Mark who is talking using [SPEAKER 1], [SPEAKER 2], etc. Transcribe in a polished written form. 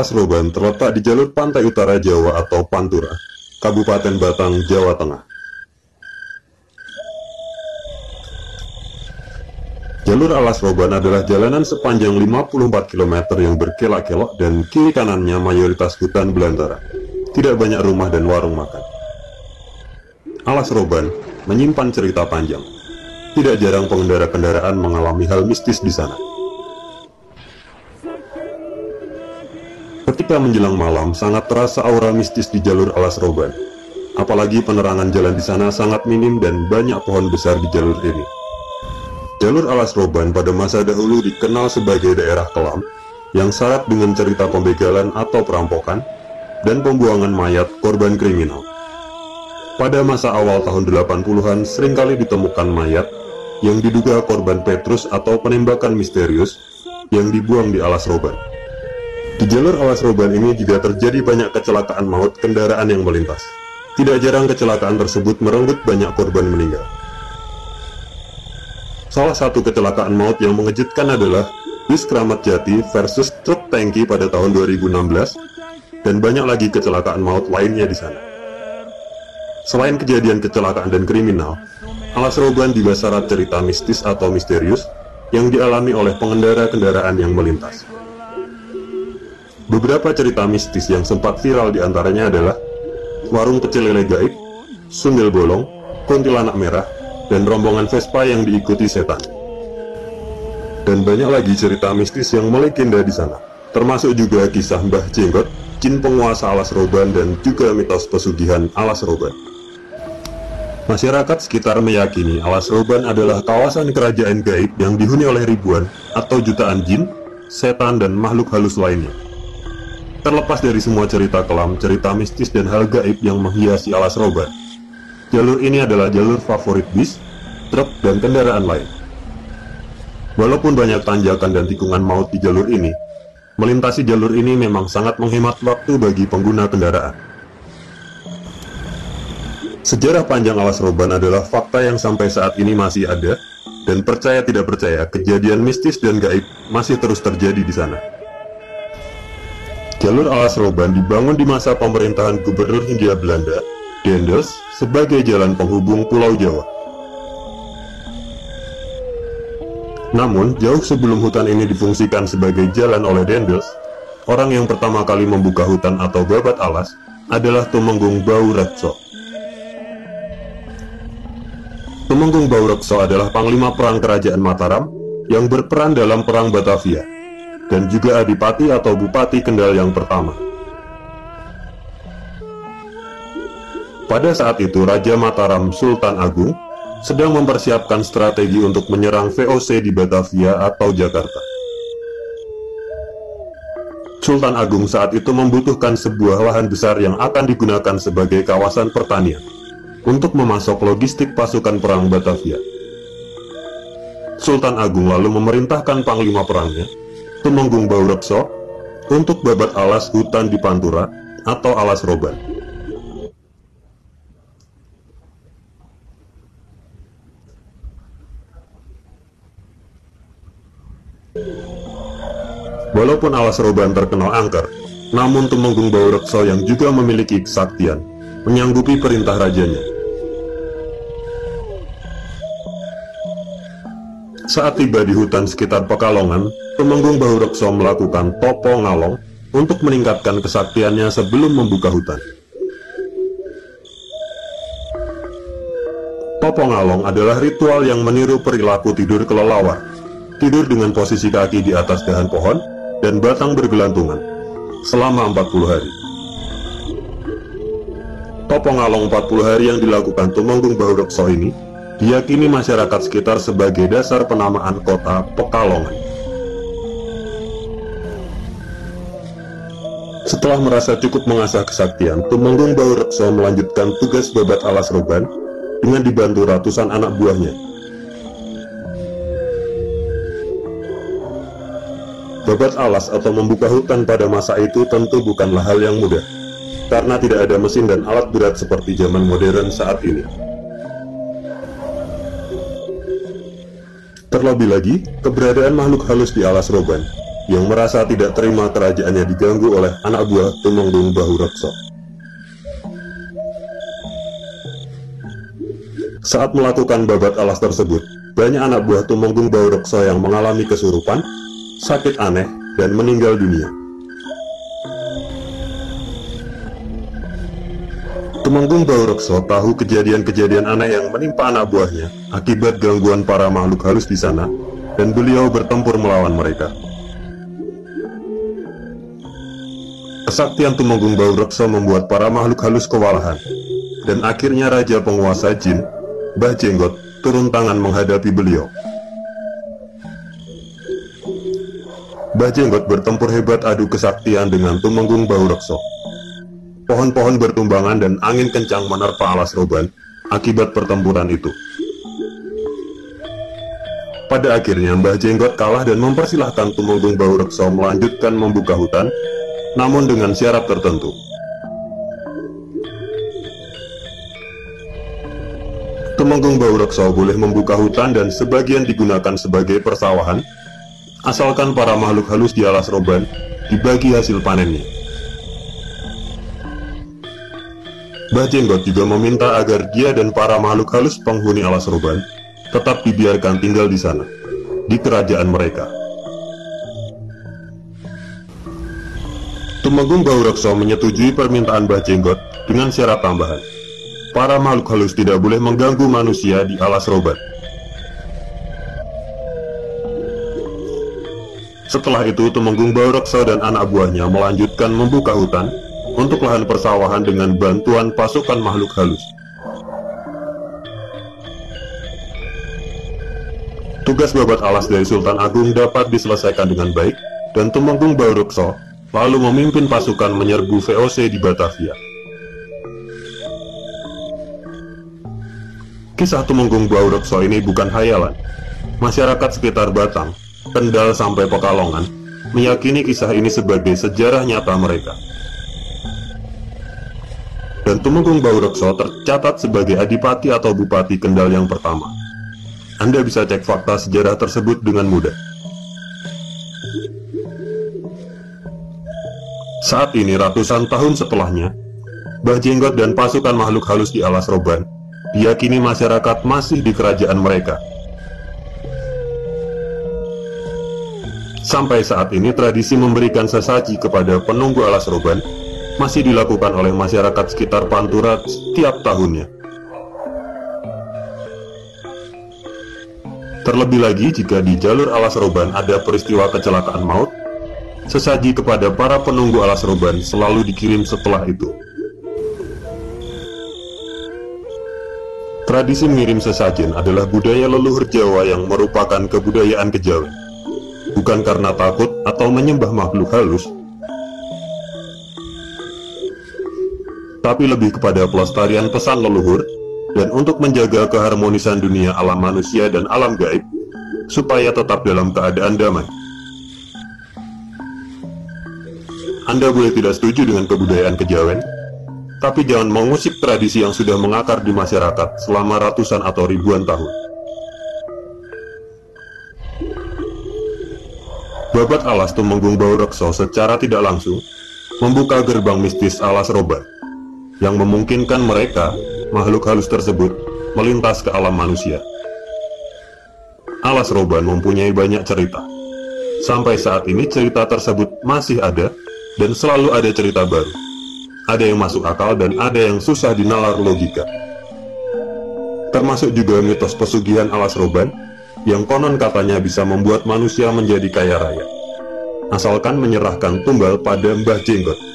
[SPEAKER 1] Alas Roban terletak di jalur pantai utara Jawa atau Pantura, Kabupaten Batang, Jawa Tengah. Jalur Alas Roban adalah jalanan sepanjang 54 km yang berkelok-kelok dan kiri kanannya mayoritas hutan belantara. Tidak banyak rumah dan warung makan. Alas Roban menyimpan cerita panjang. Tidak jarang pengendara kendaraan mengalami hal mistis di sana. Ketika menjelang malam, sangat terasa aura mistis di jalur Alas Roban. Apalagi penerangan jalan di sana sangat minim dan banyak pohon besar di jalur ini. Jalur Alas Roban pada masa dahulu dikenal sebagai daerah kelam yang syarat dengan cerita pembegalan atau perampokan dan pembuangan mayat korban kriminal. Pada masa awal tahun 80-an seringkali ditemukan mayat yang diduga korban Petrus atau penembakan misterius yang dibuang di Alas Roban. Di jalur Alas Roban ini juga terjadi banyak kecelakaan maut kendaraan yang melintas. Tidak jarang kecelakaan tersebut merenggut banyak korban meninggal. Salah satu kecelakaan maut yang mengejutkan adalah bus Kramat Jati versus truk tangki pada tahun 2016, dan banyak lagi kecelakaan maut lainnya di sana. Selain kejadian kecelakaan dan kriminal, Alas Roban juga syarat cerita mistis atau misterius yang dialami oleh pengendara kendaraan yang melintas. Beberapa cerita mistis yang sempat viral diantaranya adalah warung pecel lele gaib, sundel bolong, kuntilanak merah, dan rombongan Vespa yang diikuti setan. Dan banyak lagi cerita mistis yang melegenda di sana, termasuk juga kisah Mbah Jenggot, jin penguasa Alas Roban, dan juga mitos pesugihan Alas Roban. Masyarakat sekitar meyakini Alas Roban adalah kawasan kerajaan gaib yang dihuni oleh ribuan atau jutaan jin, setan, dan makhluk halus lainnya. Terlepas dari semua cerita kelam, cerita mistis, dan hal gaib yang menghiasi Alas Roban, jalur ini adalah jalur favorit bis, truk, dan kendaraan lain. Walaupun banyak tanjakan dan tikungan maut di jalur ini, melintasi jalur ini memang sangat menghemat waktu bagi pengguna kendaraan. Sejarah panjang Alas Roban adalah fakta yang sampai saat ini masih ada, dan percaya tidak percaya, kejadian mistis dan gaib masih terus terjadi di sana. Jalur Alas Roban dibangun di masa pemerintahan Gubernur Hindia Belanda, Daendels, sebagai jalan penghubung Pulau Jawa. Namun, jauh sebelum hutan ini difungsikan sebagai jalan oleh Daendels, orang yang pertama kali membuka hutan atau babat alas adalah Tumenggung Baurekso. Tumenggung Baurekso adalah panglima perang kerajaan Mataram yang berperan dalam perang Batavia, dan juga adipati atau bupati Kendal yang pertama. Pada saat itu, Raja Mataram Sultan Agung sedang mempersiapkan strategi untuk menyerang VOC di Batavia atau Jakarta. Sultan Agung saat itu membutuhkan sebuah lahan besar yang akan digunakan sebagai kawasan pertanian untuk memasok logistik pasukan perang Batavia. Sultan Agung lalu memerintahkan panglima perangnya, Tumenggung Baurekso, untuk babat alas hutan di Pantura atau Alas Roban. Walaupun Alas Roban terkenal angker, namun Tumenggung Baurekso yang juga memiliki kesaktian menyanggupi perintah rajanya. Saat tiba di hutan sekitar Pekalongan, Tumenggung Baurekso melakukan topo ngalong untuk meningkatkan kesaktiannya sebelum membuka hutan. Topo ngalong adalah ritual yang meniru perilaku tidur kelelawar, tidur dengan posisi kaki di atas dahan pohon dan batang bergelantungan selama 40 hari. Topo ngalong 40 hari yang dilakukan Tumenggung Baurekso ini diyakini masyarakat sekitar sebagai dasar penamaan kota Pekalongan. Setelah merasa cukup mengasah kesaktian, Tumenggung Baurekso melanjutkan tugas babat Alas Roban dengan dibantu ratusan anak buahnya. Babat alas atau membuka hutan pada masa itu tentu bukanlah hal yang mudah, karena tidak ada mesin dan alat berat seperti zaman modern saat ini. Terlebih lagi, keberadaan makhluk halus di Alas Roban yang merasa tidak terima kerajaannya diganggu oleh anak buah Tumenggung Bahu Rekso. Saat melakukan babat alas tersebut, banyak anak buah Tumenggung Bahu Rekso yang mengalami kesurupan, sakit aneh, dan meninggal dunia. Tumenggung Bahu Rekso tahu kejadian-kejadian aneh yang menimpa anak buahnya akibat gangguan para makhluk halus di sana, dan beliau bertempur melawan mereka. Kesaktian Tumenggung Bahu Rekso membuat para makhluk halus kewalahan, dan akhirnya Raja Penguasa Jin, Mbah Jenggot, turun tangan menghadapi beliau. Mbah Jenggot bertempur hebat adu kesaktian dengan Tumenggung Bahu Rekso. Pohon-pohon bertumbangan dan angin kencang menerpa alas roban akibat pertempuran itu. Pada akhirnya Mbah Jenggot kalah dan mempersilahkan Tumenggung Bahu Rekso melanjutkan membuka hutan, namun dengan syarat tertentu. Tumenggung Bahu Rekso boleh membuka hutan dan sebagian digunakan sebagai persawahan, asalkan para makhluk halus di alas roban dibagi hasil panennya. Mbah Jenggot juga meminta agar dia dan para makhluk halus penghuni alas roban tetap dibiarkan tinggal di sana, di kerajaan mereka. Tumenggung Bahu Rekso menyetujui permintaan Mbah Jenggot dengan syarat tambahan. Para makhluk halus tidak boleh mengganggu manusia di alas roban. Setelah itu, Tumenggung Bahu Rekso dan anak buahnya melanjutkan membuka hutan untuk lahan persawahan dengan bantuan pasukan makhluk halus. Tugas babat alas dari Sultan Agung dapat diselesaikan dengan baik, dan Tumenggung Bahu Rekso lalu memimpin pasukan menyerbu VOC di Batavia. Kisah Tumenggung Bahu Rekso ini bukan hayalan. Masyarakat sekitar Batang, Kendal sampai Pekalongan meyakini kisah ini sebagai sejarah nyata mereka. Dan Tumenggung Bahu Rekso tercatat sebagai adipati atau bupati Kendal yang pertama. Anda bisa cek fakta sejarah tersebut dengan mudah. Saat ini ratusan tahun setelahnya, Mbah Jenggot dan pasukan makhluk halus di alas roban diyakini masyarakat masih di kerajaan mereka. Sampai saat ini tradisi memberikan sesaji kepada penunggu alas roban masih dilakukan oleh masyarakat sekitar Pantura setiap tahunnya. Terlebih lagi jika di jalur alas roban ada peristiwa kecelakaan maut, sesaji kepada para penunggu alas roban selalu dikirim setelah itu. Tradisi mengirim sesajen adalah budaya leluhur Jawa yang merupakan kebudayaan kejawen, bukan karena takut atau menyembah makhluk halus, tapi lebih kepada pelestarian pesan leluhur dan untuk menjaga keharmonisan dunia alam manusia dan alam gaib supaya tetap dalam keadaan damai. Anda boleh tidak setuju dengan kebudayaan kejawen, tapi jangan mengusik tradisi yang sudah mengakar di masyarakat selama ratusan atau ribuan tahun. Babat alas Tumenggung Bahu Rekso secara tidak langsung membuka gerbang mistis alas roban yang memungkinkan mereka, makhluk halus tersebut, melintas ke alam manusia. Alas roban mempunyai banyak cerita. Sampai saat ini cerita tersebut masih ada, dan selalu ada cerita baru. Ada yang masuk akal dan ada yang susah dinalar logika. Termasuk juga mitos pesugihan alas roban, yang konon katanya bisa membuat manusia menjadi kaya raya, asalkan menyerahkan tumbal pada Mbah Jenggot.